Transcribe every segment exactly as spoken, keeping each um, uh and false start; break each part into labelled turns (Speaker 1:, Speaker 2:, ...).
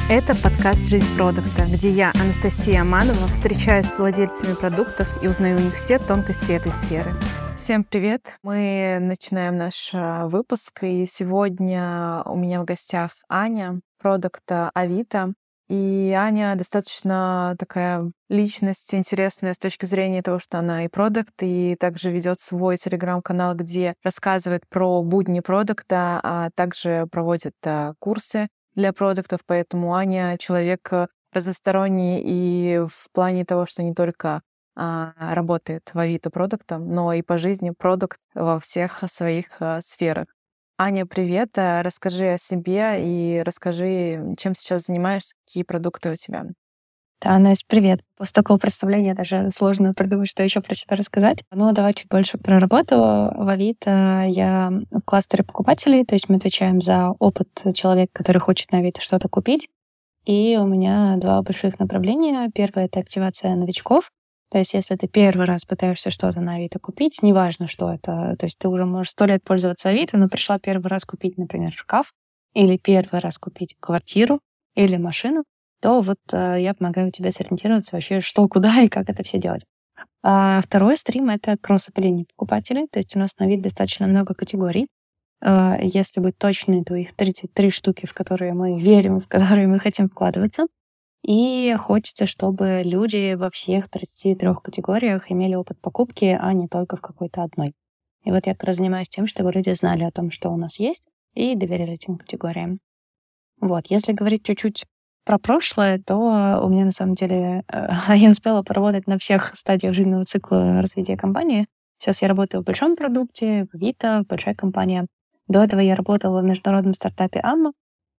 Speaker 1: Это подкаст «Жизнь продукта», где я, Анастасия Аманова, встречаюсь с владельцами продуктов и узнаю у них все тонкости этой сферы. Всем привет! Мы начинаем наш выпуск, и сегодня у меня в гостях Аня, продукта Авито. И Аня достаточно такая личность интересная с точки зрения того, что она и продукт, и также ведет свой телеграм-канал, где рассказывает про будни продукта, а также проводит курсы для продуктов. Поэтому Аня человек разносторонний и в плане того, что не только а, работает в Авито продуктом, но и по жизни продукт во всех своих а, сферах. Аня, привет! Расскажи о себе и расскажи, чем сейчас занимаешься, какие продукты у тебя.
Speaker 2: Да, Настя, привет. После такого представления даже сложно придумать, что еще про себя рассказать. Ну, давай чуть больше про работу. В Авито я в кластере покупателей, то есть мы отвечаем за опыт человека, который хочет на Авито что-то купить. И у меня два больших направления. Первое — это активация новичков. То есть если ты первый раз пытаешься что-то на Авито купить, неважно, что это, то есть ты уже можешь сто лет пользоваться Авито, но пришла первый раз купить, например, шкаф, или первый раз купить квартиру, или машину, то вот э, я помогаю тебе сориентироваться вообще, что, куда и как это все делать. А второй стрим — это кросс-опыление покупателей. То есть у нас на Авито достаточно много категорий. Э, если быть точной, то их тридцать три штуки, в которые мы верим, в которые мы хотим вкладываться. И хочется, чтобы люди во всех тридцати трёх категориях имели опыт покупки, а не только в какой-то одной. И вот я как раз занимаюсь тем, чтобы люди знали о том, что у нас есть, и доверяли этим категориям. Вот. Если говорить чуть-чуть про прошлое, то у меня на самом деле я успела поработать на всех стадиях жизненного цикла развития компании. Сейчас я работаю в большом продукте, в Авито, в большой компании. До этого я работала в международном стартапе Amma.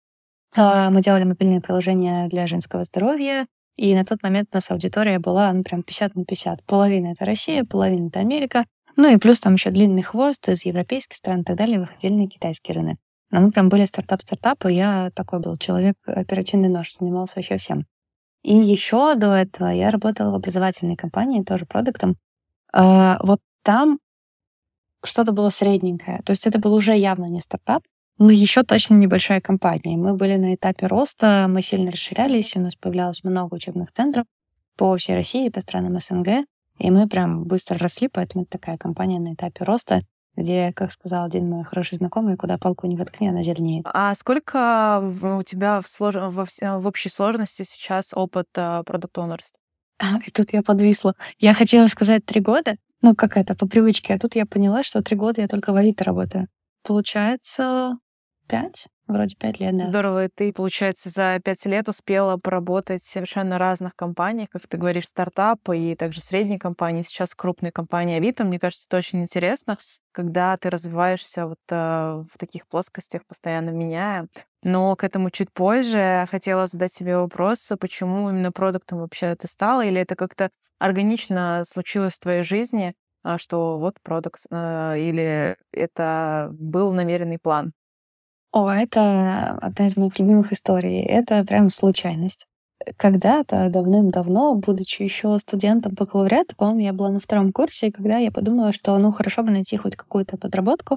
Speaker 2: Мы делали мобильное приложение для женского здоровья, и на тот момент у нас аудитория была ну, прям пятьдесят на пятьдесят. Половина — это Россия, половина — это Америка. Ну и плюс там еще длинный хвост из европейских стран и так далее, выходили на китайский рынок. Но мы прям были стартап-стартап, и я такой был человек, оперативный нож, занимался вообще всем. И еще до этого я работала в образовательной компании, тоже продуктом. А, вот там что-то было средненькое. То есть это был уже явно не стартап, но еще точно небольшая компания. Мы были на этапе роста, мы сильно расширялись, у нас появлялось много учебных центров по всей России, по странам СНГ, и мы прям быстро росли, поэтому это такая компания на этапе роста, где, как сказал один мой хороший знакомый, куда палку не воткни, она зеленеет.
Speaker 1: А сколько у тебя в, слож... во вс... в общей сложности сейчас опыт продукт-оунерства?
Speaker 2: И тут я подвисла. Я хотела сказать три года, ну, как это, по привычке, а тут я поняла, что три года я только в Авито работаю. Получается, пять? Вроде пять лет, да.
Speaker 1: Здорово. И ты, получается, за пять лет успела поработать в совершенно разных компаниях, как ты говоришь, стартапы и также средние компании, сейчас крупные компании Авито. Мне кажется, это очень интересно, когда ты развиваешься вот э, в таких плоскостях, постоянно меняя. Но к этому чуть позже. Хотела задать себе вопрос, почему именно продуктом вообще ты стала, или это как-то органично случилось в твоей жизни, что вот продукт, э, или это был намеренный план?
Speaker 2: О, это одна из моих любимых историй. Это прям случайность. Когда-то, давным-давно, будучи еще студентом бакалавриата, по-моему, я была на втором курсе, когда я подумала, что ну хорошо бы найти хоть какую-то подработку,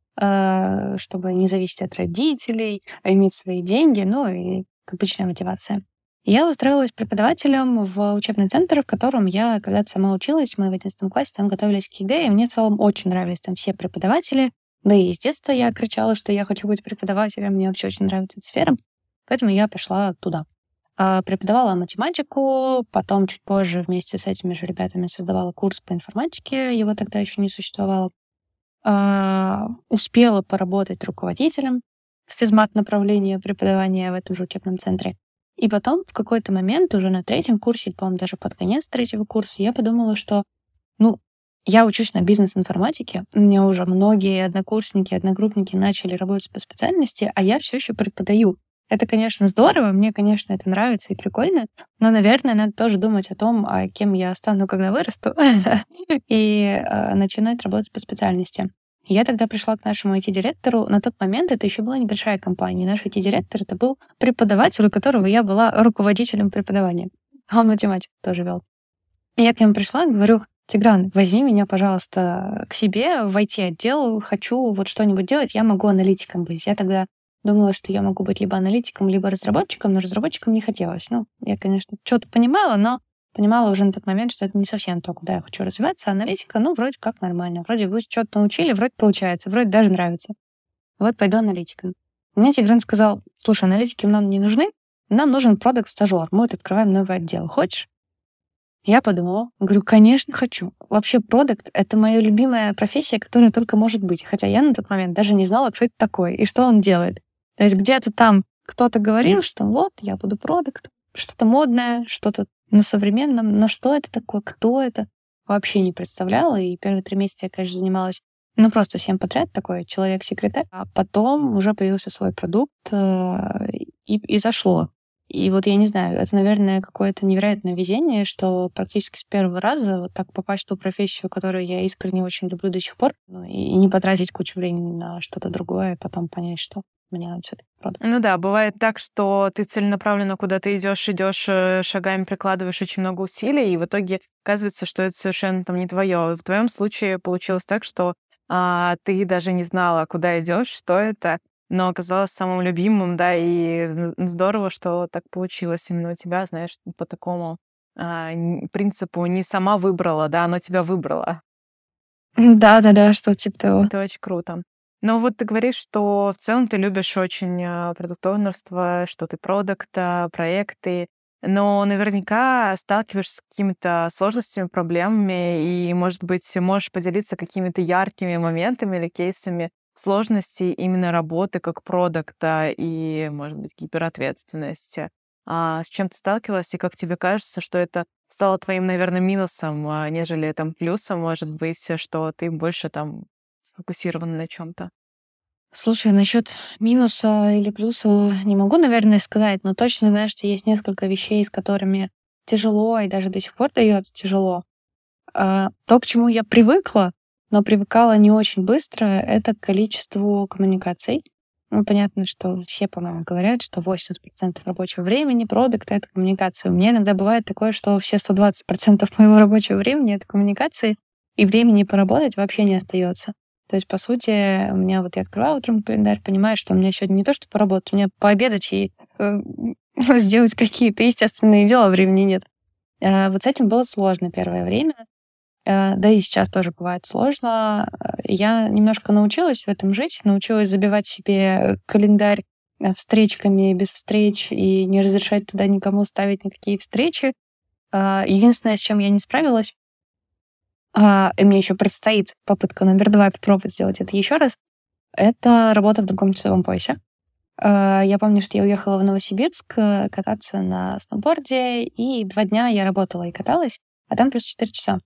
Speaker 2: чтобы не зависеть от родителей, а иметь свои деньги, ну и обычная мотивация. Я устроилась преподавателем в учебный центр, в котором я когда-то сама училась. Мы в одиннадцатом классе там готовились к ЕГЭ, и мне в целом очень нравились там все преподаватели. Да и с детства я кричала, что я хочу быть преподавателем, мне вообще очень нравится эта сфера, поэтому я пошла туда. А, преподавала математику, потом чуть позже вместе с этими же ребятами создавала курс по информатике, его тогда еще не существовало. А, успела поработать руководителем с физмат-направления преподавания в этом же учебном центре. И потом в какой-то момент, уже на третьем курсе, по-моему, даже под конец третьего курса, я подумала, что, ну, я учусь на бизнес-информатике, у меня уже многие однокурсники, одногруппники начали работать по специальности, а я все еще преподаю. Это, конечно, здорово, мне, конечно, это нравится и прикольно, но, наверное, надо тоже думать о том, а кем я стану, когда вырасту, и начинать работать по специальности. Я тогда пришла к нашему ай ти-директору. На тот момент это еще была небольшая компания. Наш ай ти-директор — это был преподаватель, у которого я была руководителем преподавания. А он математику тоже вел. Я к нему пришла и говорю: Тигран, возьми меня, пожалуйста, к себе в ай ти-отдел, хочу вот что-нибудь делать, я могу аналитиком быть. Я тогда Думала, что я могу быть либо аналитиком, либо разработчиком, но разработчиком не хотелось. Ну, я, конечно, что-то понимала, но понимала уже на тот момент, что это не совсем то, куда я хочу развиваться. Аналитика, ну, вроде как нормально. Вроде вы что-то научили, вроде получается, вроде даже нравится. Вот пойду аналитиком. Мне Тигран сказал: слушай, аналитики нам не нужны, нам нужен продакт-стажер. Мы вот открываем новый отдел. Хочешь? Я подумала, говорю, конечно, хочу. Вообще, продакт — это моя любимая профессия, которая только может быть. Хотя я на тот момент даже не знала, кто это такой и что он делает. То есть где-то там кто-то говорил, что вот, я буду продакт, что-то модное, что-то на современном, но что это такое, кто это, вообще не представляла. И первые три месяца я, конечно, занималась, ну, просто всем подряд, такой человек-секретарь. А потом уже появился свой продукт, э, и, и зашло. И вот я не знаю, это, наверное, какое-то невероятное везение, что практически с первого раза вот так попасть в ту профессию, которую я искренне очень люблю до сих пор, ну, и, и не потратить кучу времени на что-то другое, и потом понять, что мне надо все-таки продать.
Speaker 1: Ну да, бывает так, что ты целенаправленно куда-то идешь, идешь, э, шагами прикладываешь очень много усилий, и в итоге оказывается, что это совершенно там не твое. В твоем случае получилось так, что а, ты даже не знала, куда идешь, что это, но оказалось самым любимым, да, и н- здорово, что так получилось именно у тебя, знаешь, по такому а, н- принципу не сама выбрала, да, оно тебя выбрало.
Speaker 2: Да-да-да, что типа того.
Speaker 1: Это очень круто. Но вот ты говоришь, что в целом ты любишь очень а, продукт-оунерство, что ты продукт, а, проекты, но наверняка сталкиваешься с какими-то сложностями, проблемами, и, может быть, можешь поделиться какими-то яркими моментами или кейсами сложностей именно работы как продукта и, может быть, гиперответственности. А с чем ты сталкивалась, и как тебе кажется, что это стало твоим, наверное, минусом, а, нежели там плюсом, может быть, что ты больше там сфокусирована на чем-то?
Speaker 2: Слушай, насчет минуса или плюса не могу, наверное, сказать, но точно знаю, что есть несколько вещей, с которыми тяжело и даже до сих пор дается тяжело. А, то, к чему я привыкла, но привыкала не очень быстро, это к количеству коммуникаций. Ну, понятно, что все, по-моему, говорят, что восемьдесят процентов рабочего времени продукта — это коммуникация. У меня иногда бывает такое, что все сто двадцать процентов моего рабочего времени — это коммуникации, и времени поработать вообще не остается. То есть, по сути, у меня вот я открываю утром календарь, понимаю, что у меня сегодня не то, что поработать, у меня пообедать и э, сделать какие-то естественные дела времени нет. Э, Вот с этим было сложно первое время. Э, Да и сейчас тоже бывает сложно. Э, Я немножко научилась в этом жить, научилась забивать себе календарь э, встречками без встреч и не разрешать туда никому ставить никакие встречи. Э, Единственное, с чем я не справилась, а, и мне еще предстоит попытка номер два попробовать сделать это еще раз, это работа в другом часовом поясе. Э, Я помню, что я уехала в Новосибирск э, кататься на сноуборде, и два дня я работала и каталась, а там плюс четыре часа.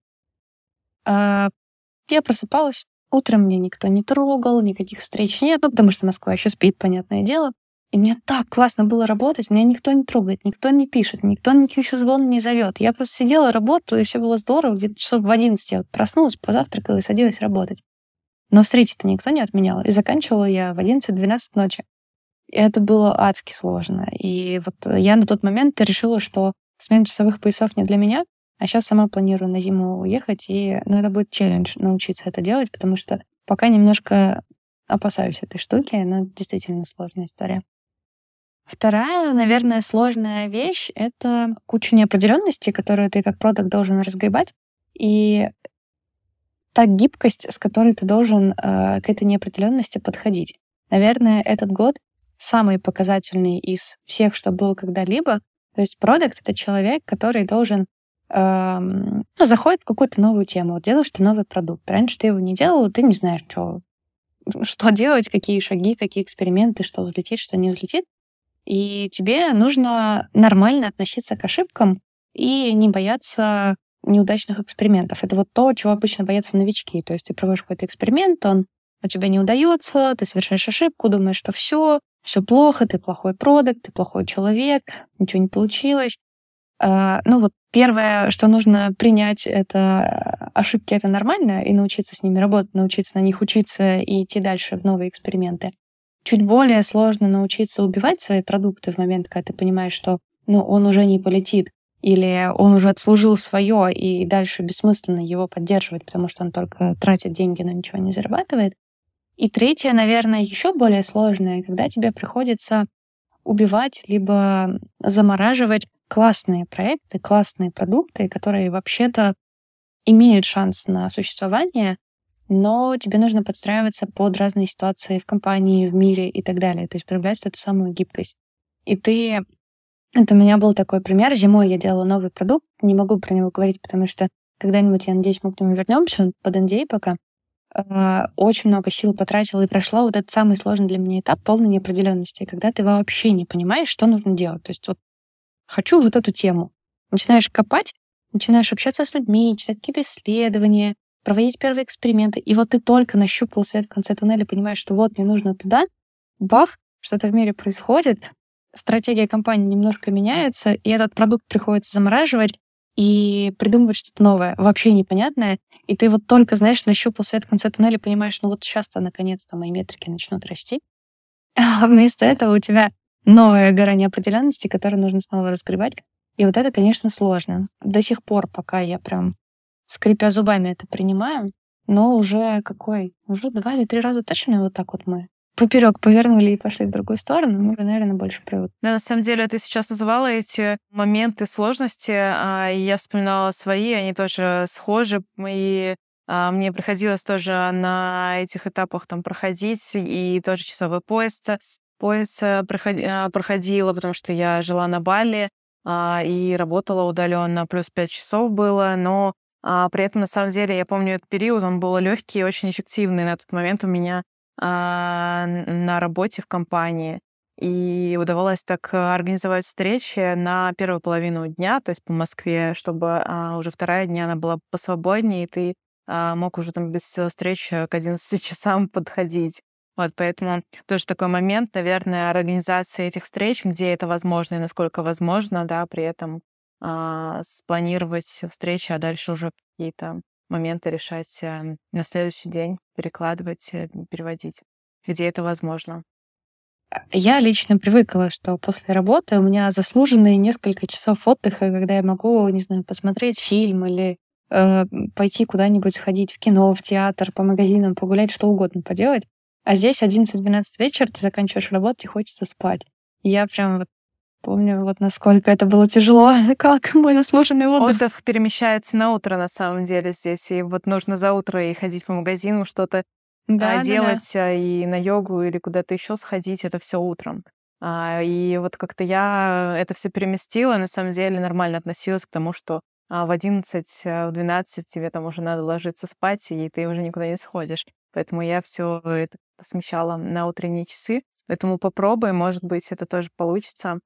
Speaker 2: А, Я просыпалась, утром меня никто не трогал, никаких встреч нет, ну, потому что Москва еще спит, понятное дело. И мне так классно было работать, меня никто не трогает, никто не пишет, никто никаких созвон не зовет. Я просто сидела, работала, и все было здорово. Где-то часов в одиннадцать я вот проснулась, позавтракала и садилась работать. Но встречи-то никто не отменял. И заканчивала я в одиннадцать-двенадцать ночи. И это было адски сложно. И вот я на тот момент решила, что смена часовых поясов не для меня, а сейчас сама планирую на зиму уехать, и ну, это будет челлендж научиться это делать, потому что пока немножко опасаюсь этой штуки, но действительно сложная история. Вторая, наверное, сложная вещь — это куча неопределенности, которую ты как продакт должен разгребать, и та гибкость, с которой ты должен э, к этой неопределенности подходить. Наверное, этот год самый показательный из всех, что было когда-либо. То есть продакт — это человек, который должен эм, ну, заходит в какую-то новую тему, вот делаешь ты новый продукт. Раньше ты его не делал, ты не знаешь, что, что делать, какие шаги, какие эксперименты, что взлетит, что не взлетит. И тебе нужно нормально относиться к ошибкам и не бояться неудачных экспериментов. Это вот то, чего обычно боятся новички. То есть ты проводишь какой-то эксперимент, он у тебя не удается, ты совершаешь ошибку, думаешь, что все, все плохо, ты плохой продакт, ты плохой человек, ничего не получилось. А, Ну вот первое, что нужно принять, это ошибки — это нормально, и научиться с ними работать, научиться на них учиться и идти дальше в новые эксперименты. Чуть более сложно научиться убивать свои продукты в момент, когда ты понимаешь, что ну, он уже не полетит, или он уже отслужил свое, и дальше бессмысленно его поддерживать, потому что он только тратит деньги, но ничего не зарабатывает. И третье, наверное, еще более сложное, когда тебе приходится убивать либо замораживать классные проекты, классные продукты, которые вообще-то имеют шанс на существование, но тебе нужно подстраиваться под разные ситуации в компании, в мире и так далее. То есть проявлять эту самую гибкость. И ты... Это у меня был такой пример. Зимой я делала новый продукт. Не могу про него говорить, потому что когда-нибудь, я надеюсь, мы к нему вернемся. Он под эн ди эй пока. А, Очень много сил потратила и прошла вот этот самый сложный для меня этап полной неопределенности, когда ты вообще не понимаешь, что нужно делать. То есть вот хочу вот эту тему. Начинаешь копать, начинаешь общаться с людьми, читать какие-то исследования, проводить первые эксперименты. И вот ты только нащупал свет в конце туннеля, понимаешь, что вот мне нужно туда, бах, что-то в мире происходит, стратегия компании немножко меняется, и этот продукт приходится замораживать и придумывать что-то новое, вообще непонятное. И ты вот только, знаешь, нащупал свет в конце туннеля, понимаешь, ну вот сейчас-то наконец-то мои метрики начнут расти. А вместо этого у тебя новая гора неопределенности, которую нужно снова разгребать. И вот это, конечно, сложно. До сих пор, пока я прям, скрипя зубами, это принимаю, но уже какой? Уже два или три раза точно вот так вот мы поперек повернули и пошли в другую сторону, мы, наверное, больше привык.
Speaker 1: Да, на самом деле, ты сейчас называла эти моменты сложности, а, и я вспоминала свои, они тоже схожи, и а, мне приходилось тоже на этих этапах там проходить, и тоже часовой пояс, пояс э, проходи- а, проходила, потому что я жила на Бали а, и работала удаленно, плюс пять часов было, но а, при этом, на самом деле, я помню этот период, он был легкий и очень эффективный на тот момент у меня а, н- на работе в компании. И удавалось так а, организовать встречи на первую половину дня, то есть по Москве, чтобы а, уже вторая дня она была посвободнее, и ты а, мог уже там без встреч к одиннадцати часам подходить. Вот, поэтому тоже такой момент, наверное, организации этих встреч, где это возможно и насколько возможно, да, при этом а, спланировать встречи, а дальше уже какие-то моменты решать э, на следующий день, перекладывать, э, переводить, где это возможно.
Speaker 2: Я лично привыкла, что после работы у меня заслуженные несколько часов отдыха, когда я могу, не знаю, посмотреть фильм или э, пойти куда-нибудь сходить в кино, в театр, по магазинам, погулять, что угодно поделать. А здесь одиннадцать-двенадцать вечера, ты заканчиваешь работать и хочется спать. И я прям вот помню, вот насколько это было тяжело, как мой заслуженный отдых.
Speaker 1: Отдых перемещается на утро, на самом деле, здесь. И вот нужно за утро и ходить по магазинам, что-то а,
Speaker 2: Да, да, да.
Speaker 1: делать, а, и на йогу или куда-то еще сходить, это все утром. А, И вот как-то я это все переместила, на самом деле нормально относилась к тому, что а, в одиннадцать, а, в двенадцать тебе там уже надо ложиться спать, и ты уже никуда не сходишь. Поэтому я все это смещала на утренние часы. Поэтому попробуй, может быть, это тоже получится.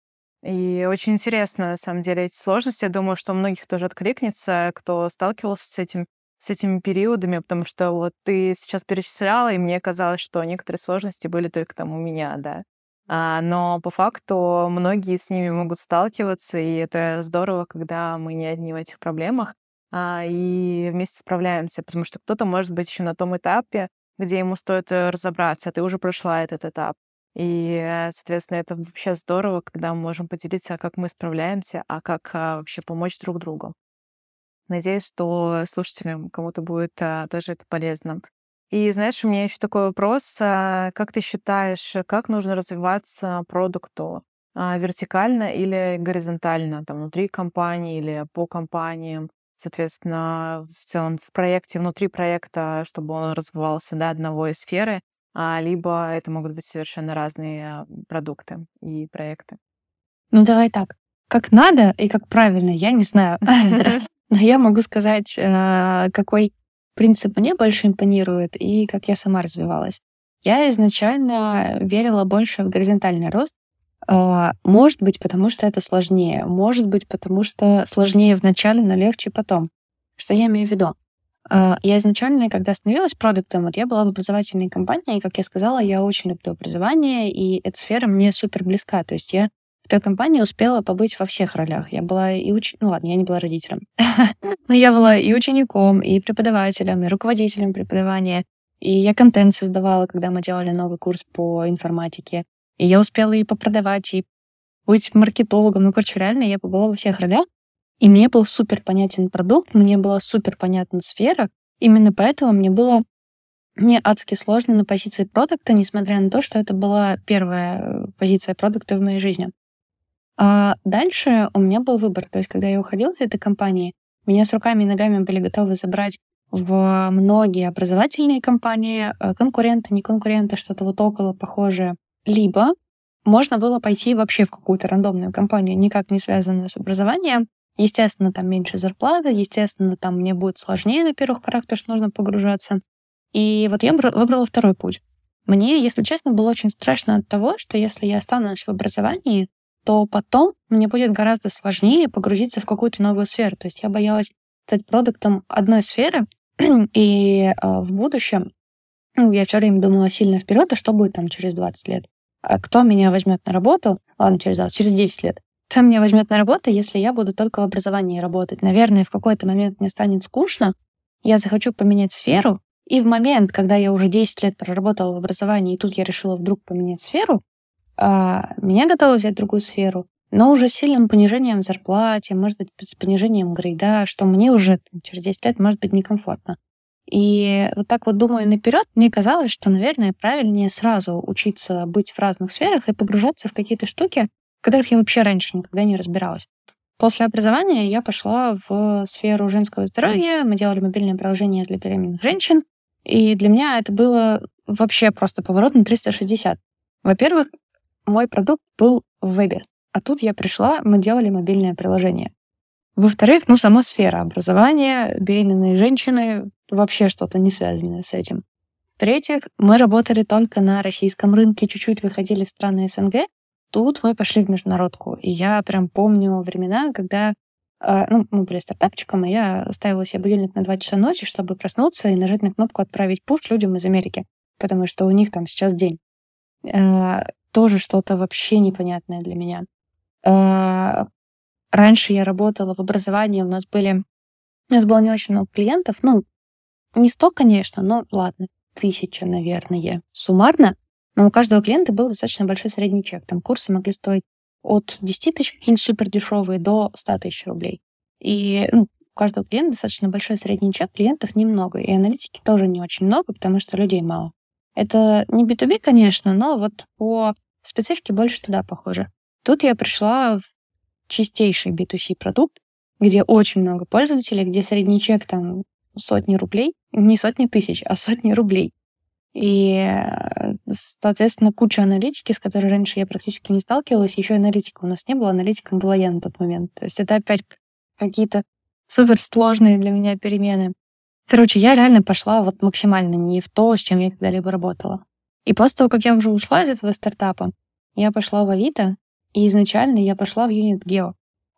Speaker 1: И очень интересно, на самом деле, эти сложности. Я думаю, что у многих тоже откликнется, кто сталкивался с этим, с этими периодами, потому что вот ты сейчас перечисляла, и мне казалось, что некоторые сложности были только там у меня, да. А, но по факту многие с ними могут сталкиваться, и это здорово, когда мы не одни в этих проблемах, а, и вместе справляемся, потому что кто-то может быть еще на том этапе, где ему стоит э, разобраться, а ты уже прошла этот этап. И, э, соответственно, это вообще здорово, когда мы можем поделиться, как мы справляемся, а как а, вообще помочь друг другу. Надеюсь, что слушателям кому-то будет а, тоже это полезно. И знаешь, у меня еще такой вопрос. а, Как ты считаешь, как нужно развиваться продукту? А, Вертикально или горизонтально? Там внутри компании или по компаниям? Соответственно, в целом в проекте, внутри проекта, чтобы он развивался до одной сферы, а, либо это могут быть совершенно разные а, продукты и проекты.
Speaker 2: Ну, давай так. Как надо и как правильно, я не знаю. Но я могу сказать, э, какой принцип мне больше импонирует и как я сама развивалась. Я изначально верила больше в горизонтальный рост. А, Может быть, потому что это сложнее. Может быть, потому что сложнее вначале, но легче потом. Что я имею в виду? А, Я изначально, когда становилась продуктом, вот я была в образовательной компании, и, как я сказала, я очень люблю образование, и эта сфера мне супер близка. То есть я в той компании успела побыть во всех ролях. Я была и уч... Ну ладно, я не была родителем. Но я была и учеником, и преподавателем, и руководителем преподавания. И я контент создавала, когда мы делали новый курс по информатике. И я успела и попродавать, и быть маркетологом. Ну, короче, реально я побыла во всех ролях. И мне был супер понятен продукт, мне была супер понятна сфера. Именно поэтому мне было мне адски сложно на позиции продукта, несмотря на то, что это была первая позиция продукта в моей жизни. А дальше у меня был выбор. То есть, когда я уходила из этой компании, меня с руками и ногами были готовы забрать в многие образовательные компании, конкуренты, не конкуренты, что-то вот около похожее. Либо можно было пойти вообще в какую-то рандомную компанию, никак не связанную с образованием. Естественно, там меньше зарплаты, естественно, там мне будет сложнее на первых порах, потому что нужно погружаться. И вот я выбрала второй путь. Мне, если честно, было очень страшно от того, что если я останусь в образовании, то потом мне будет гораздо сложнее погрузиться в какую-то новую сферу. То есть я боялась стать продуктом одной сферы, и э, в будущем ну, я все время думала сильно вперед, а что будет там через двадцать лет? А кто меня возьмет на работу? Ладно, через двадцать, через десять лет. Кто меня возьмет на работу, если я буду только в образовании работать? Наверное, в какой-то момент мне станет скучно, я захочу поменять сферу, и в момент, когда я уже десять лет проработала в образовании, и тут я решила вдруг поменять сферу, а, меня готовы взять в другую сферу, но уже с сильным понижением в зарплате, может быть, с понижением грейда, что мне уже через десять лет может быть некомфортно. И вот так вот думая наперед, мне казалось, что, наверное, правильнее сразу учиться быть в разных сферах и погружаться в какие-то штуки, в которых я вообще раньше никогда не разбиралась. После образования я пошла в сферу женского здоровья, мы делали мобильное приложение для беременных женщин, и для меня это было вообще просто поворот на триста шестьдесят. Во-первых, мой продукт был в вебе, а тут я пришла, мы делали мобильное приложение. Во-вторых, ну, сама сфера образования, беременные женщины, вообще что-то не связанное с этим. В-третьих, мы работали только на российском рынке, чуть-чуть выходили в страны СНГ. Тут мы пошли в международку. И я прям помню времена, когда э, ну, мы были стартапчиком, и я ставила себе будильник на два часа ночи, чтобы проснуться и нажать на кнопку «Отправить пуш» людям из Америки, потому что у них там сейчас день. Э, тоже что-то вообще непонятное для меня. Э, раньше я работала в образовании, у нас были... У нас было не очень много клиентов, ну, не сто, конечно, но ладно, тысяча, наверное, суммарно. Но у каждого клиента был достаточно большой средний чек. Там курсы могли стоить от десяти тысяч, какие-нибудь супер дешевые, до ста тысяч рублей. И ну, у каждого клиента достаточно большой средний чек, клиентов немного. И аналитики тоже не очень много, потому что людей мало. Это не би ту би, конечно, но вот по специфике больше туда похоже. Тут я пришла в чистейший би ту си продукт, где очень много пользователей, где средний чек там сотни рублей, не сотни тысяч, а сотни рублей. И, соответственно, куча аналитики, с которой раньше я практически не сталкивалась, еще и аналитика у нас не было, аналитиком была я на тот момент. То есть это опять какие-то суперсложные для меня перемены. Короче, я реально пошла вот максимально не в то, с чем я когда-либо работала. И после того, как я уже ушла из этого стартапа, я пошла в Авито, и изначально я пошла в Unit Geo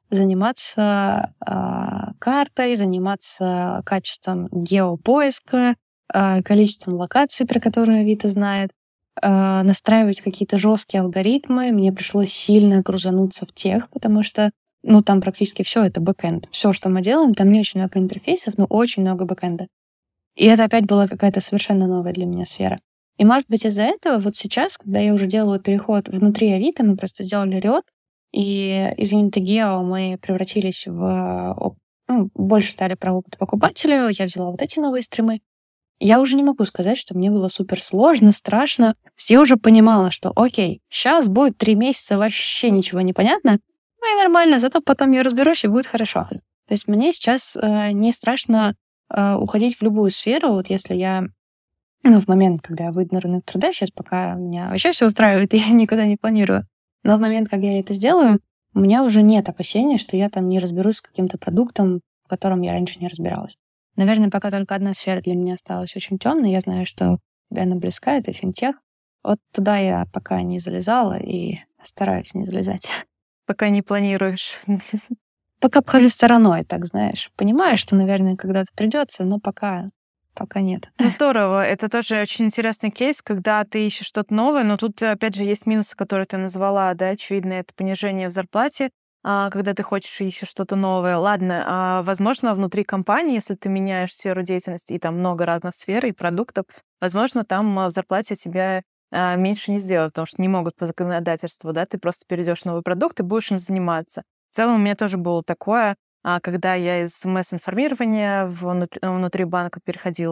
Speaker 2: заниматься э, картой, заниматься качеством геопоиска, э, количеством локаций, про которые Авито знает, э, настраивать какие-то жесткие алгоритмы. Мне пришлось сильно грузануться в тех, потому что ну, там практически все это бэкэнд. Все, что мы делаем, там не очень много интерфейсов, но очень много бэкэнда. И это опять была какая-то совершенно новая для меня сфера. И, может быть, из-за этого вот сейчас, когда я уже делала переход внутри Авито, мы просто сделали риот, и из Unit Geo мы превратились в... Ну, больше стали про опыт покупателя. Я взяла вот эти новые стримы. Я уже не могу сказать, что мне было супер сложно, страшно. Все уже понимала, что окей, сейчас будет три месяца вообще ничего не понятно. Ну и нормально, зато потом я разберусь, и будет хорошо. То есть мне сейчас э, не страшно э, уходить в любую сферу. Вот если я... Ну, в момент, когда я выйду на рынок труда, сейчас пока меня вообще все устраивает, и я никуда не планирую. Но в момент, когда я это сделаю, у меня уже нет опасения, что я там не разберусь с каким-то продуктом, в котором я раньше не разбиралась. Наверное, пока только одна сфера для меня осталась очень темной. Я знаю, что тебе она близка, это финтех. Вот туда я пока не залезала и стараюсь не залезать.
Speaker 1: Пока не планируешь.
Speaker 2: Пока обхожу стороной, так знаешь. Понимаю, что, наверное, когда-то придется, но пока... Пока нет.
Speaker 1: Ну, здорово. Это тоже очень интересный кейс, когда ты ищешь что-то новое, но тут, опять же, есть минусы, которые ты назвала, да, очевидно, это понижение в зарплате, когда ты хочешь и ищешь что-то новое. Ладно, а, возможно, внутри компании, если ты меняешь сферу деятельности, и там много разных сфер и продуктов, возможно, там в зарплате тебя меньше не сделают, потому что не могут по законодательству, да, ты просто перейдешь в новый продукт и будешь им заниматься. В целом у меня тоже было такое, когда я из эс эм эс-информирования внутри банка переходила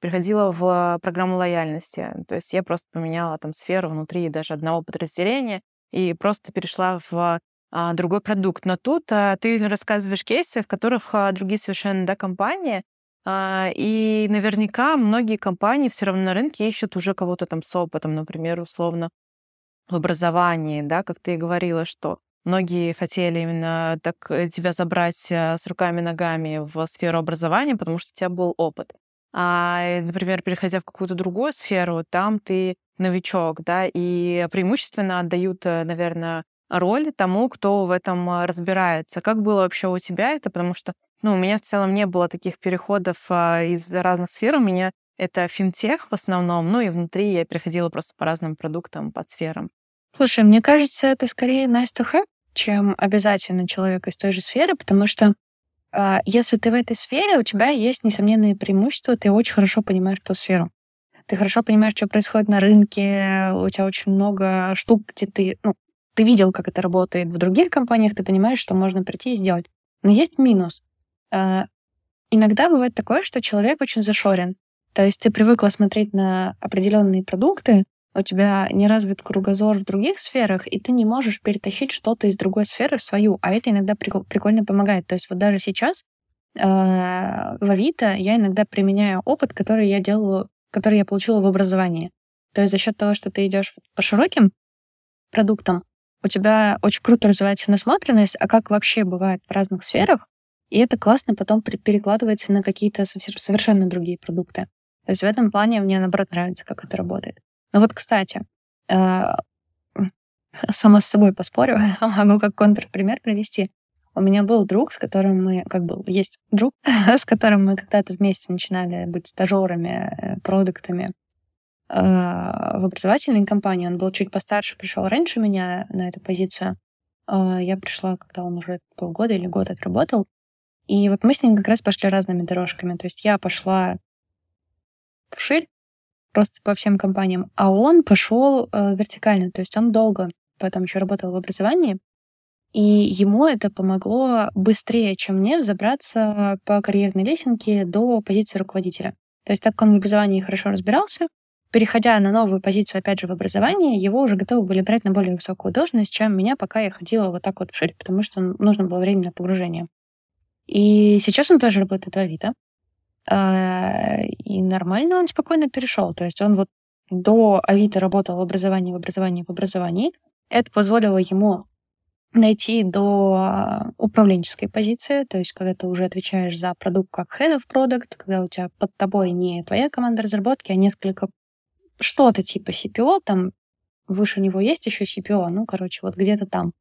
Speaker 1: переходила в программу лояльности. То есть я просто поменяла там сферу внутри даже одного подразделения и просто перешла в а, другой продукт. Но тут а, ты рассказываешь кейсы, в которых а, другие совершенно, да, компании, а, и наверняка многие компании все равно на рынке ищут уже кого-то там с опытом, например, условно в образовании, да, как ты и говорила, что многие хотели именно так э, тебя забрать э, с руками и ногами в сферу образования, потому что у тебя был опыт. А, э, например, переходя в какую-то другую сферу, там ты новичок, да, и преимущественно отдают, наверное, роль тому, кто в этом а, разбирается. Как было вообще у тебя это? Потому что, ну, у меня в целом не было таких переходов а, из разных сфер. У меня это финтех в основном, ну и внутри я переходила просто по разным продуктам, под сферам.
Speaker 2: Слушай, мне кажется, это скорее nice to have, чем обязательно человек из той же сферы, потому что а, если ты в этой сфере, у тебя есть несомненные преимущества, ты очень хорошо понимаешь ту сферу. Ты хорошо понимаешь, что происходит на рынке, у тебя очень много штук, где ты, ну, ты видел, как это работает в других компаниях, ты понимаешь, что можно прийти и сделать. Но есть минус. А, Иногда бывает такое, что человек очень зашорен. То есть ты привыкла смотреть на определенные продукты, у тебя не развит кругозор в других сферах, и ты не можешь перетащить что-то из другой сферы в свою. А это иногда прикол- прикольно помогает. То есть вот даже сейчас э, в Авито я иногда применяю опыт, который я делала, который я получила в образовании. То есть за счет того, что ты идешь по широким продуктам, у тебя очень круто развивается насмотренность, а как вообще бывает в разных сферах, и это классно потом при- перекладывается на какие-то совсем- совершенно другие продукты. То есть в этом плане мне, наоборот, нравится, как это работает. Ну вот, кстати, э, сама с собой поспорю, могу как контрпример привести. У меня был друг, с которым мы, как был, есть друг, с которым мы когда-то вместе начинали быть стажерами, э, продуктами э, в образовательной компании. Он был чуть постарше, пришел раньше меня на эту позицию. Э, Я пришла, когда он уже полгода или год отработал. И вот мы с ним как раз пошли разными дорожками. То есть я пошла вширь, просто по всем компаниям, а он пошел э, вертикально. То есть он долго потом еще работал в образовании, и ему это помогло быстрее, чем мне, взобраться по карьерной лесенке до позиции руководителя. То есть так как он в образовании хорошо разбирался, переходя на новую позицию, опять же, в образовании, его уже готовы были брать на более высокую должность, чем меня, пока я ходила вот так вот вширь, потому что нужно было время на погружение. И сейчас он тоже работает в Авито. А, И нормально он спокойно перешел. То есть он вот до Авито работал в образовании, в образовании, в образовании. Это позволило ему найти до а, управленческой позиции, то есть когда ты уже отвечаешь за продукт как head of product, когда у тебя под тобой не твоя команда разработки, а несколько что-то типа си пи о, там выше него есть еще си пи о, ну, короче, вот где-то там.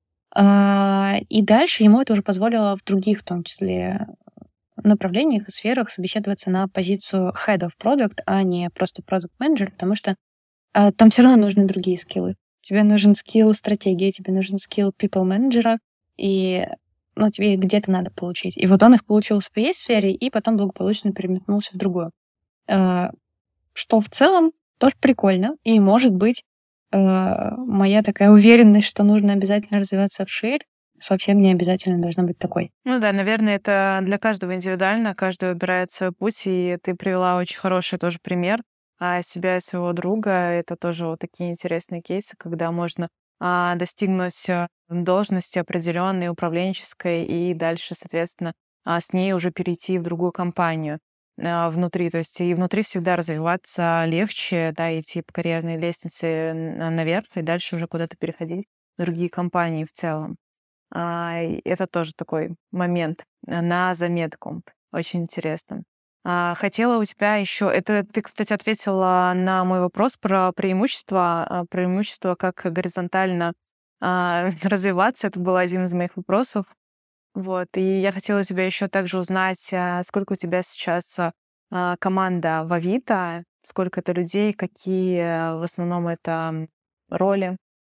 Speaker 2: А, И дальше ему это уже позволило в других, в том числе, направлениях и сферах собеседоваться на позицию head of product, а не просто product manager, потому что а, там все равно нужны другие скиллы. Тебе нужен скилл стратегии, тебе нужен скилл people менеджера, и ну, тебе их где-то надо получить. И вот он их получил в своей сфере, и потом благополучно переметнулся в другую. А, Что в целом тоже прикольно. И, может быть, а, моя такая уверенность, что нужно обязательно развиваться вширь, совсем не обязательно должна быть такой.
Speaker 1: Ну да, наверное, это для каждого индивидуально, каждый выбирает свой путь, и ты привела очень хороший тоже пример а, себя и своего друга. Это тоже вот такие интересные кейсы, когда можно а, достигнуть а, должности определенной, управленческой, и дальше, соответственно, а, с ней уже перейти в другую компанию а, внутри. То есть и внутри всегда развиваться легче, да, идти по карьерной лестнице н- наверх, и дальше уже куда-то переходить в другие компании в целом. А, и это тоже такой момент э, на заметку. Очень интересно. А, хотела у тебя еще... Это ты, кстати, ответила на мой вопрос про преимущества, а, преимущества, как горизонтально а, развиваться. Это был один из моих вопросов. Вот. И я хотела у тебя еще также узнать, а, сколько у тебя сейчас а, а, команда в Авито, сколько это людей, какие э, в основном это м, роли.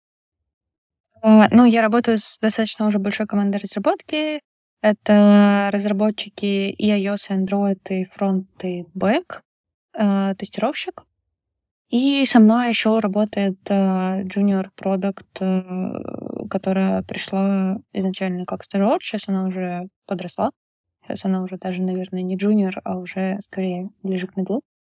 Speaker 2: А, Ну, я работаю с достаточно уже большой командой разработки. Это разработчики и iOS, и Android, и фронт, и бэк, э, тестировщик. И со мной еще работает э, junior продукт, которая пришла изначально как стажер, сейчас она уже подросла. Сейчас она уже даже, наверное, не junior, а уже скорее ближе к медлу.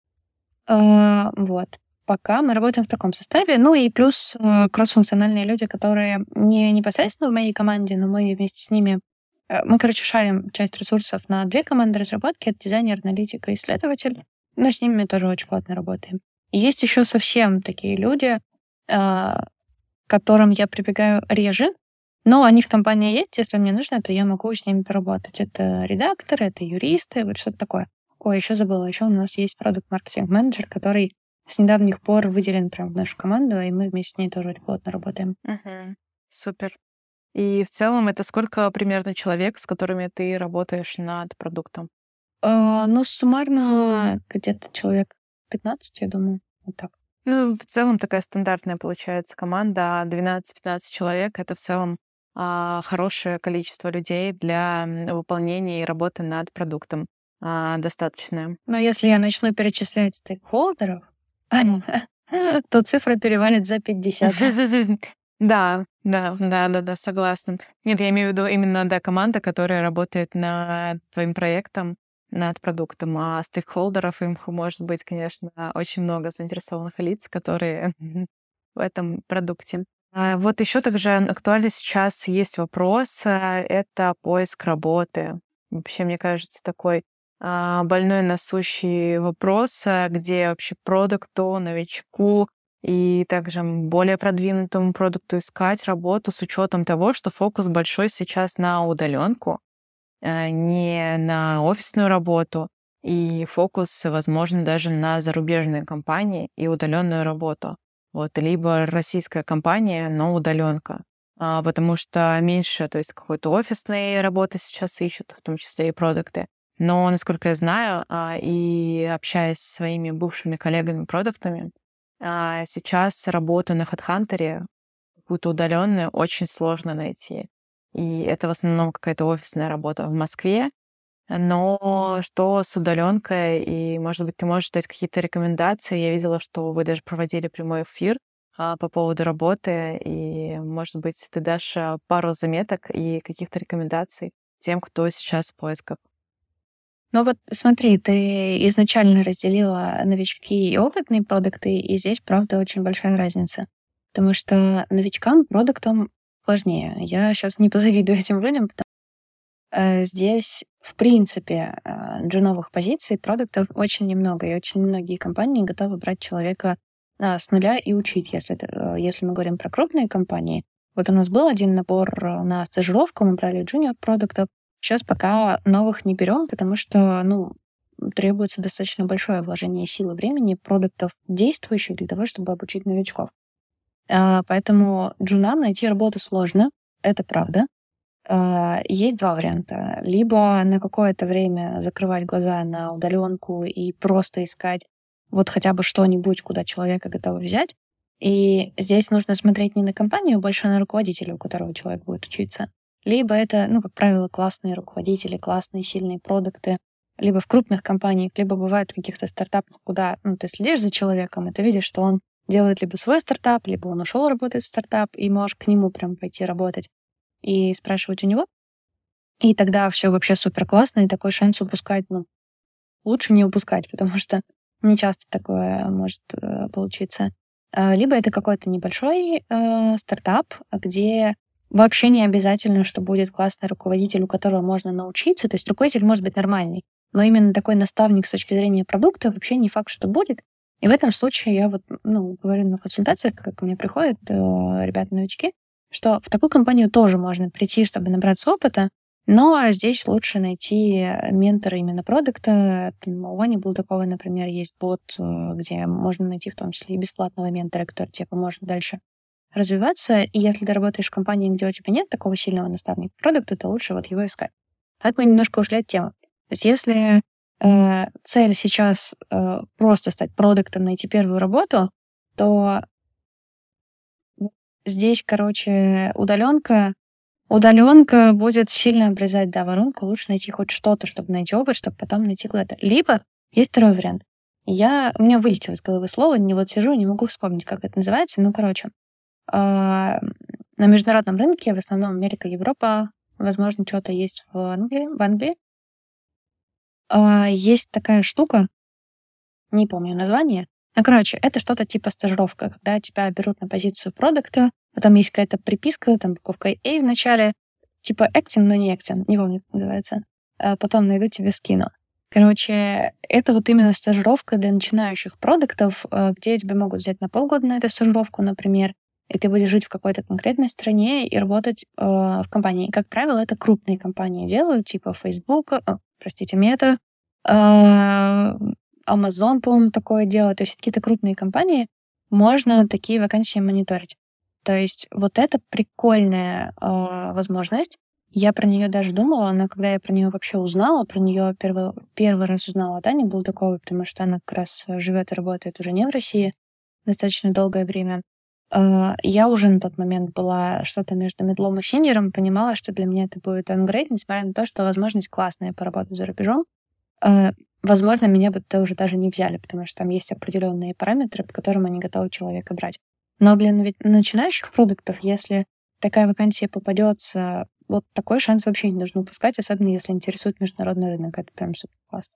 Speaker 2: А, Вот. Пока мы работаем в таком составе. Ну и плюс э, кроссфункциональные люди, которые не непосредственно в моей команде, но мы вместе с ними... э, Мы, короче, шарим часть ресурсов на две команды разработки. Это дизайнер, аналитик и исследователь. Но с ними мы тоже очень плотно работаем. И есть еще совсем такие люди, а, к которым я прибегаю реже, но они в компании есть. Если мне нужно, то я могу с ними поработать. Это редакторы, это юристы, вот что-то такое. Ой, еще забыла. Еще у нас есть продукт-маркетинг-менеджер, который с недавних пор выделен прям в нашу команду, и мы вместе с ней тоже очень плотно работаем.
Speaker 1: Мгм. Супер. И в целом это сколько примерно человек, с которыми ты работаешь над продуктом?
Speaker 2: А, ну, суммарно где-то человек пятнадцать, я думаю. Вот так.
Speaker 1: Ну, в целом такая стандартная получается команда, двенадцать-пятнадцать человек. Это в целом а, хорошее количество людей для м, выполнения и работы над продуктом. А, достаточное.
Speaker 2: Но если я начну перечислять стейкхолдеров, то цифра перевалит за пятьдесят.
Speaker 1: Да, да, да, да, да, согласна. Нет, я имею в виду именно, да, команда, которая работает над твоим проектом, над продуктом, а стейкхолдеров им может быть, конечно, очень много заинтересованных лиц, которые в этом продукте. А вот еще также актуально сейчас есть вопрос, а, это поиск работы. Вообще, мне кажется, такой а, больной насущий вопрос, а, где вообще продукту, новичку и также м, более продвинутому продукту искать работу с учетом того, что фокус большой сейчас на удаленку, э, не на офисную работу, и фокус, возможно, даже на зарубежные компании и удаленную работу. Вот, либо российская компания, но удаленка. А, потому что меньше, то есть какой-то офисной работы сейчас ищут, в том числе и продукты. Но, насколько я знаю, а, и общаясь с своими бывшими коллегами-продуктами, а, сейчас работу на HeadHunter, какую-то удаленную, очень сложно найти. И это в основном какая-то офисная работа в Москве. Но что с удаленкой, и, может быть, ты можешь дать какие-то рекомендации. Я видела, что вы даже проводили прямой эфир а, по поводу работы, и, может быть, ты дашь а, пару заметок и каких-то рекомендаций тем, кто сейчас в поисках.
Speaker 2: Ну вот смотри, ты изначально разделила новички и опытные продукты, и здесь, правда, очень большая разница. Потому что новичкам, продуктам сложнее. Я сейчас не позавидую этим людям, потому что э, здесь, в принципе, э, джуновых позиций, продуктов очень немного, и очень многие компании готовы брать человека а, с нуля и учить, если, это, э, если мы говорим про крупные компании. Вот у нас был один набор э, на стажировку, мы брали джуниор-продуктов. Сейчас пока новых не берем, потому что, ну, требуется достаточно большое вложение силы времени продуктов действующих для того, чтобы обучить новичков. А, Поэтому джунам найти работу сложно, это правда. А, Есть два варианта. Либо на какое-то время закрывать глаза на удаленку и просто искать вот хотя бы что-нибудь, куда человека готовы взять. И здесь нужно смотреть не на компанию, а больше на руководителя, у которого человек будет учиться. Либо это, ну, как правило, классные руководители, классные, сильные продукты, либо в крупных компаниях, либо бывает в каких-то стартапах, куда, ну, ты следишь за человеком, и ты видишь, что он делает либо свой стартап, либо он ушел работать в стартап, и можешь к нему прям пойти работать и спрашивать у него. И тогда все вообще супер классно, и такой шанс упускать, ну, лучше не упускать, потому что не часто такое может э, получиться. А, Либо это какой-то небольшой э, стартап, где вообще не обязательно, что будет классный руководитель, у которого можно научиться. То есть руководитель может быть нормальный, но именно такой наставник с точки зрения продукта вообще не факт, что будет. И в этом случае я вот, ну, говорю на консультациях, как ко мне приходят э, ребята-новички, что в такую компанию тоже можно прийти, чтобы набраться опыта, но здесь лучше найти ментора именно продукта. Там У Вани Булдакова, например, есть бот, э, где можно найти в том числе и бесплатного ментора, который тебе поможет дальше развиваться. И если ты работаешь в компании, где у тебя нет такого сильного наставника продукта, то лучше вот его искать. Так мы немножко ушли от темы. То есть если э, цель сейчас э, просто стать продуктом, найти первую работу, то здесь, короче, удаленка Удаленка будет сильно обрезать, да, воронку. Лучше найти хоть что-то, чтобы найти опыт, чтобы потом найти куда-то. Либо есть второй вариант. Я, у меня вылетело из головы слово, не вот сижу, не могу вспомнить, как это называется. Ну, короче, а, на международном рынке, в основном Америка, Европа, возможно, что-то есть в Англии, в Англии, а, есть такая штука, не помню название. Ну, короче, это что-то типа стажировка, когда тебя берут на позицию продукта, потом есть какая-то приписка, там буковка A в начале, типа acting, но не acting, не помню, как называется. А потом найду тебе скину. Короче, это вот именно стажировка для начинающих продуктов, э, где тебя могут взять на полгода на эту стажировку, например, и ты будешь жить в какой-то конкретной стране и работать э, в компании. Как правило, это крупные компании делают, типа Facebook, э, простите, Meta, э, Amazon, по-моему, такое делает. То есть какие-то крупные компании, можно такие вакансии мониторить. То есть вот это прикольная э, возможность. Я про нее даже думала, но когда я про нее вообще узнала, про нее первый, первый раз узнала от Ани Булдаковой, потому что она как раз живет и работает уже не в России достаточно долгое время. Э, я уже на тот момент была что-то между медлом и синьором, понимала, что для меня это будет ангрейд, несмотря на то, что возможность классная поработать за рубежом. Э, возможно, меня бы тоже даже не взяли, потому что там есть определенные параметры, по которым они готовы человека брать. Но для нави- начинающих продуктов, если такая вакансия попадется, вот такой шанс вообще не нужно упускать, особенно если интересует международный рынок. Это прям супер классно.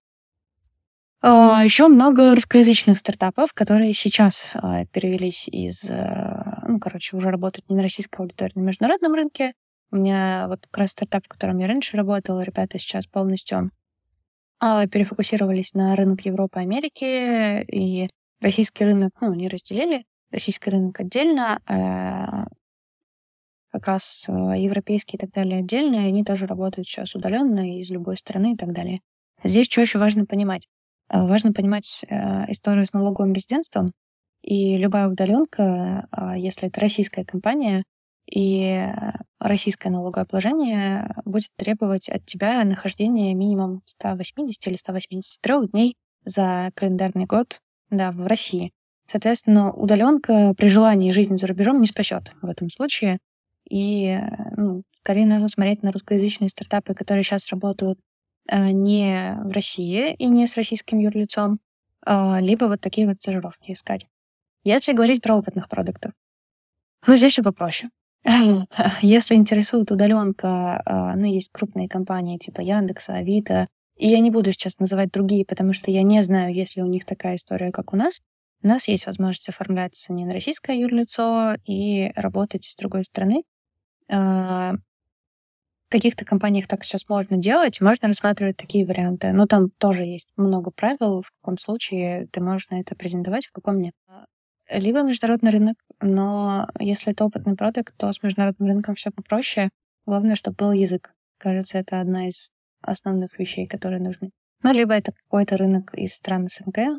Speaker 2: А, еще много русскоязычных стартапов, которые сейчас а, перевелись из, э, ну, короче, уже работают не на российской аудитории, на международном рынке. У меня вот как раз стартап, в котором я раньше работала, ребята сейчас полностью а, перефокусировались на рынок Европы, Америки, и российский рынок, ну, не разделили, российский рынок отдельно, а как раз а, европейский и так далее отдельно, и они тоже работают сейчас удаленно из любой страны и так далее. Здесь что еще важно понимать? А, Важно понимать э, историю с налоговым резидентством, и любая удаленка, а, если это российская компания, и э, российское налогообложение будет требовать от тебя нахождения минимум ста восьмидесяти или ста восьмидесяти трёх дней за календарный год, да, в России. Соответственно, удаленка при желании жизни за рубежом не спасет в этом случае. И э, ну, скорее нужно смотреть на русскоязычные стартапы, которые сейчас работают э, не в России и не с российским юрлицом, а, либо вот такие вот стажировки искать. Если говорить про опытных продуктов, ну, здесь все попроще. Если интересует удаленка, а, ну, есть крупные компании типа Яндекса, Авито, и я не буду сейчас называть другие, потому что я не знаю, есть ли у них такая история, как у нас. У нас есть возможность оформляться не на российское юрлицо и работать с другой страны. А, В каких-то компаниях так сейчас можно делать, можно рассматривать такие варианты. Но там тоже есть много правил, в каком случае ты можешь на это презентовать, в каком нет. А, Либо международный рынок, но если это опытный продукт, то с международным рынком все попроще. Главное, чтобы был язык. Кажется, это одна из основных вещей, которые нужны. Ну, либо это какой-то рынок из стран СНГ.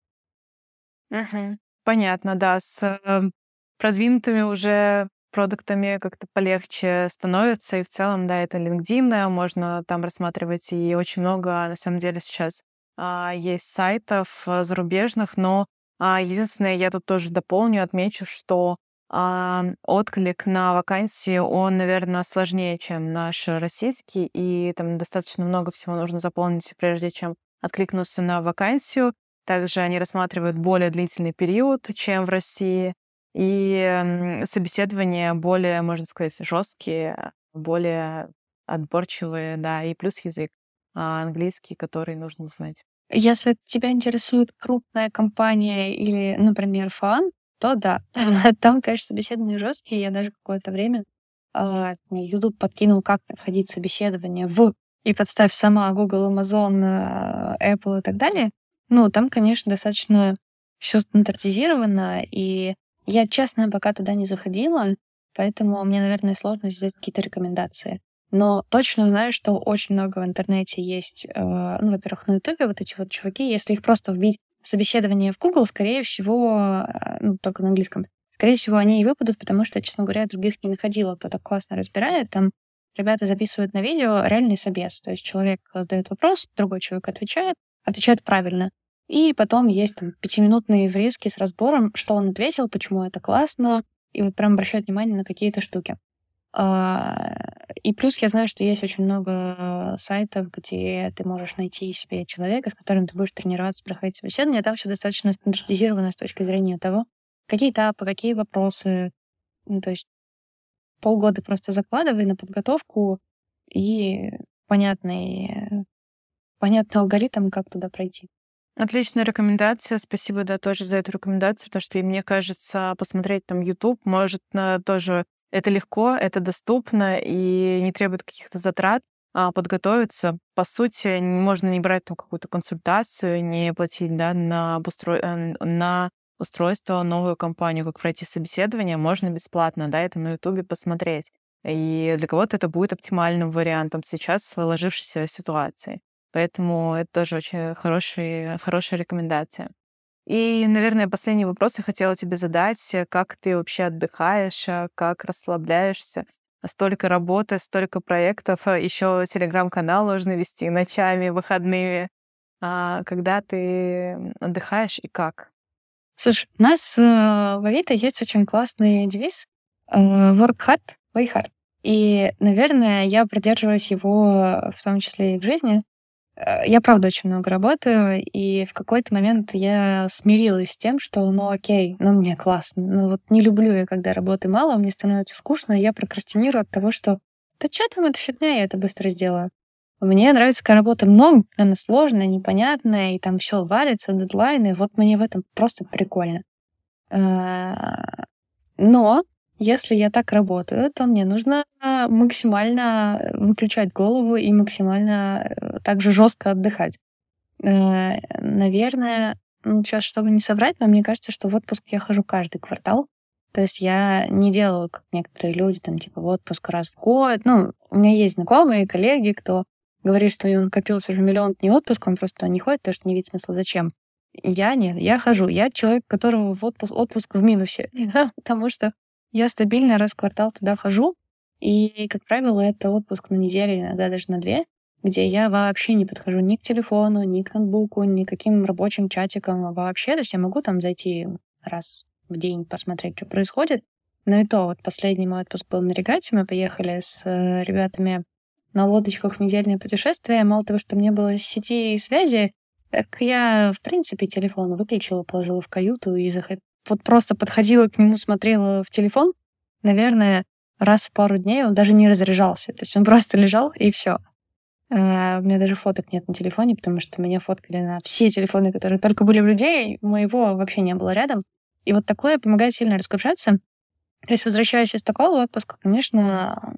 Speaker 1: Мгм. Понятно, да. С э, продвинутыми уже продуктами как-то полегче становится. И в целом, да, это LinkedIn, можно там рассматривать. И очень много, на самом деле, сейчас а, есть сайтов а, зарубежных. Но а, единственное, я тут тоже дополню, отмечу, что а, отклик на вакансии, он, наверное, сложнее, чем наш российский. И там достаточно много всего нужно заполнить, прежде чем откликнуться на вакансию. Также они рассматривают более длительный период, чем в России, и м, собеседования более, можно сказать, жесткие, более отборчивые, да, и плюс язык а, английский, который нужно знать.
Speaker 2: Если тебя интересует крупная компания или, например, фан, то да. Там, конечно, собеседования жесткие. Я даже какое-то время а, мне YouTube подкинул, как проходить собеседование в и подставь сама Google, Amazon, а, Apple и так далее. Ну, там, конечно, достаточно все стандартизировано, и я, честно, пока туда не заходила, поэтому мне, наверное, сложно сделать какие-то рекомендации. Но точно знаю, что очень много в интернете есть, э, ну, во-первых, на Ютубе вот эти вот чуваки, если их просто вбить собеседование в Google, скорее всего, э, ну, только на английском, скорее всего, они и выпадут, потому что, честно говоря, других не находила, кто так классно разбирает. Там ребята записывают на видео реальный собес, то есть человек задает вопрос, другой человек отвечает, отвечает правильно. И потом есть там пятиминутные врезки с разбором, что он ответил, почему это классно, и вот прям обращают внимание на какие-то штуки. А, И плюс я знаю, что есть очень много сайтов, где ты можешь найти себе человека, с которым ты будешь тренироваться, проходить собеседование. Там все достаточно стандартизировано с точки зрения того, какие этапы, какие вопросы. Ну, то есть полгода просто закладывай на подготовку и понятный, понятный алгоритм, как туда пройти.
Speaker 1: Отличная рекомендация. Спасибо, да, тоже за эту рекомендацию, потому что, и мне кажется, посмотреть там YouTube может на- тоже это легко, это доступно и не требует каких-то затрат. А подготовиться, по сути, н- можно не брать там какую-то консультацию, не платить, да, на, обустро- э, на устройство, новую компанию, как пройти собеседование, можно бесплатно, да, это на YouTube посмотреть. И для кого-то это будет оптимальным вариантом сейчас в сложившейся ситуации. Поэтому это тоже очень хороший, хорошая рекомендация. И, наверное, последний вопрос я хотела тебе задать. Э, Как ты вообще отдыхаешь, э, как расслабляешься? Столько работы, столько проектов, еще телеграм-канал нужно вести ночами, выходными. А когда ты м, отдыхаешь и как?
Speaker 2: Слушай, у нас э, в Авито есть очень классный девиз э, work hard, play hard. И, наверное, я придерживаюсь его в том числе и в жизни. Э, Я, правда, очень много работаю, и в какой-то момент я смирилась с тем, что, ну, окей, ну, мне классно. Ну, вот не люблю я, когда работы мало, мне становится скучно, и я прокрастинирую от того, что да что там, это фигня, я это быстро сделаю. Мне нравится, когда работы много, когда она сложная, непонятная, и там все варится, дедлайны. Вот мне в этом просто прикольно. А, Но если я так работаю, то мне нужно а, максимально э, выключать голову и максимально э, также жестко отдыхать. Э, Наверное, сейчас, чтобы не соврать, но мне кажется, что в отпуск я хожу каждый квартал. То есть я не делаю, как некоторые люди, там, типа, в отпуск раз в год. Ну, у меня есть знакомые, коллеги, кто говорит, что у него накопился уже миллион дней отпуска, он просто не ходит, потому что не видит смысла, зачем. Я нет, я хожу. Я человек, которого в отпуск, отпуск в минусе, потому что я стабильно раз в квартал туда хожу, и, как правило, это отпуск на неделю, иногда даже на две, где я вообще не подхожу ни к телефону, ни к ноутбуку, ни к каким рабочим чатикам а вообще. То есть я могу там зайти раз в день посмотреть, что происходит. Но и то, вот последний мой отпуск был на регате. Мы поехали с э, ребятами на лодочках в недельное путешествие. Мало того, что мне было сети и связи, так я, в принципе, телефон выключила, положила в каюту и захот... вот просто подходила к нему, смотрела в телефон. Наверное, раз в пару дней он даже не разряжался. То есть он просто лежал, и все. А, У меня даже фоток нет на телефоне, потому что меня фоткали на все телефоны, которые только были у людей. Моего вообще не было рядом. И вот такое помогает сильно разгружаться. То есть, возвращаясь из такого отпуска, конечно,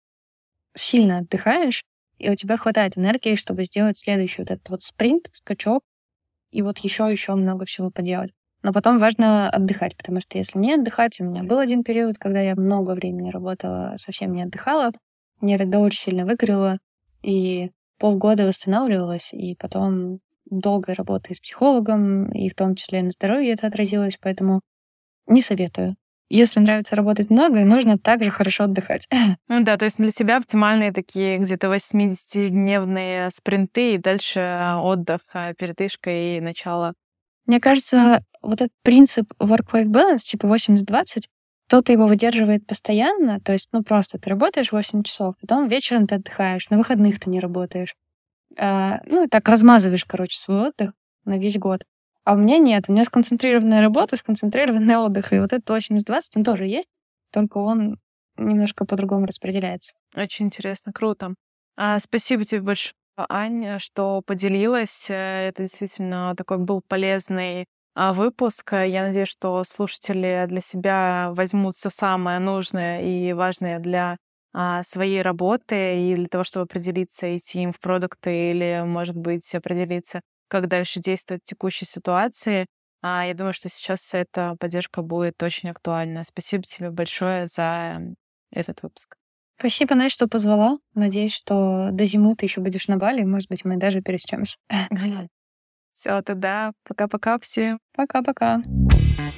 Speaker 2: сильно отдыхаешь, и у тебя хватает энергии, чтобы сделать следующий вот этот вот спринт, скачок, и вот еще еще много всего поделать. Но потом важно отдыхать, потому что если не отдыхать, у меня был один период, когда я много времени работала, совсем не отдыхала, мне тогда очень сильно выгорело, и полгода восстанавливалась, и потом долгая работа с психологом, и в том числе на здоровье это отразилось, поэтому не советую. Если нравится работать много, нужно также хорошо отдыхать.
Speaker 1: Ну да, то есть для тебя оптимальные такие где-то восьмидесятидневные спринты и дальше а, отдых, а, передышка и начало.
Speaker 2: Мне кажется, вот этот принцип work-life balance, типа восемьдесят двадцать, кто-то его выдерживает постоянно, то есть, ну, просто ты работаешь восемь часов, потом вечером ты отдыхаешь, на выходных ты не работаешь. А, ну, и так размазываешь, короче, свой отдых на весь год. А у меня нет, у меня сконцентрированная работа, сконцентрированный отдых, и вот этот восемьдесят двадцать, он тоже есть, только он немножко по-другому распределяется.
Speaker 1: Очень интересно, круто. А, спасибо тебе большое, Аня, что поделилась. Э, Это действительно такой был полезный а, выпуск. Э, Я надеюсь, что слушатели для себя возьмут все самое нужное и важное для а, своей работы и для того, чтобы определиться, идти им в продукты или, может быть, определиться, как дальше действовать в текущей ситуации. А, Я думаю, что сейчас эта поддержка будет очень актуальна. Спасибо тебе большое за м, этот выпуск.
Speaker 2: Спасибо, Настя, что позвала. Надеюсь, что до зимы ты еще будешь на Бали, может быть, мы даже пересечемся.
Speaker 1: Все, тогда пока-пока всем.
Speaker 2: Пока-пока.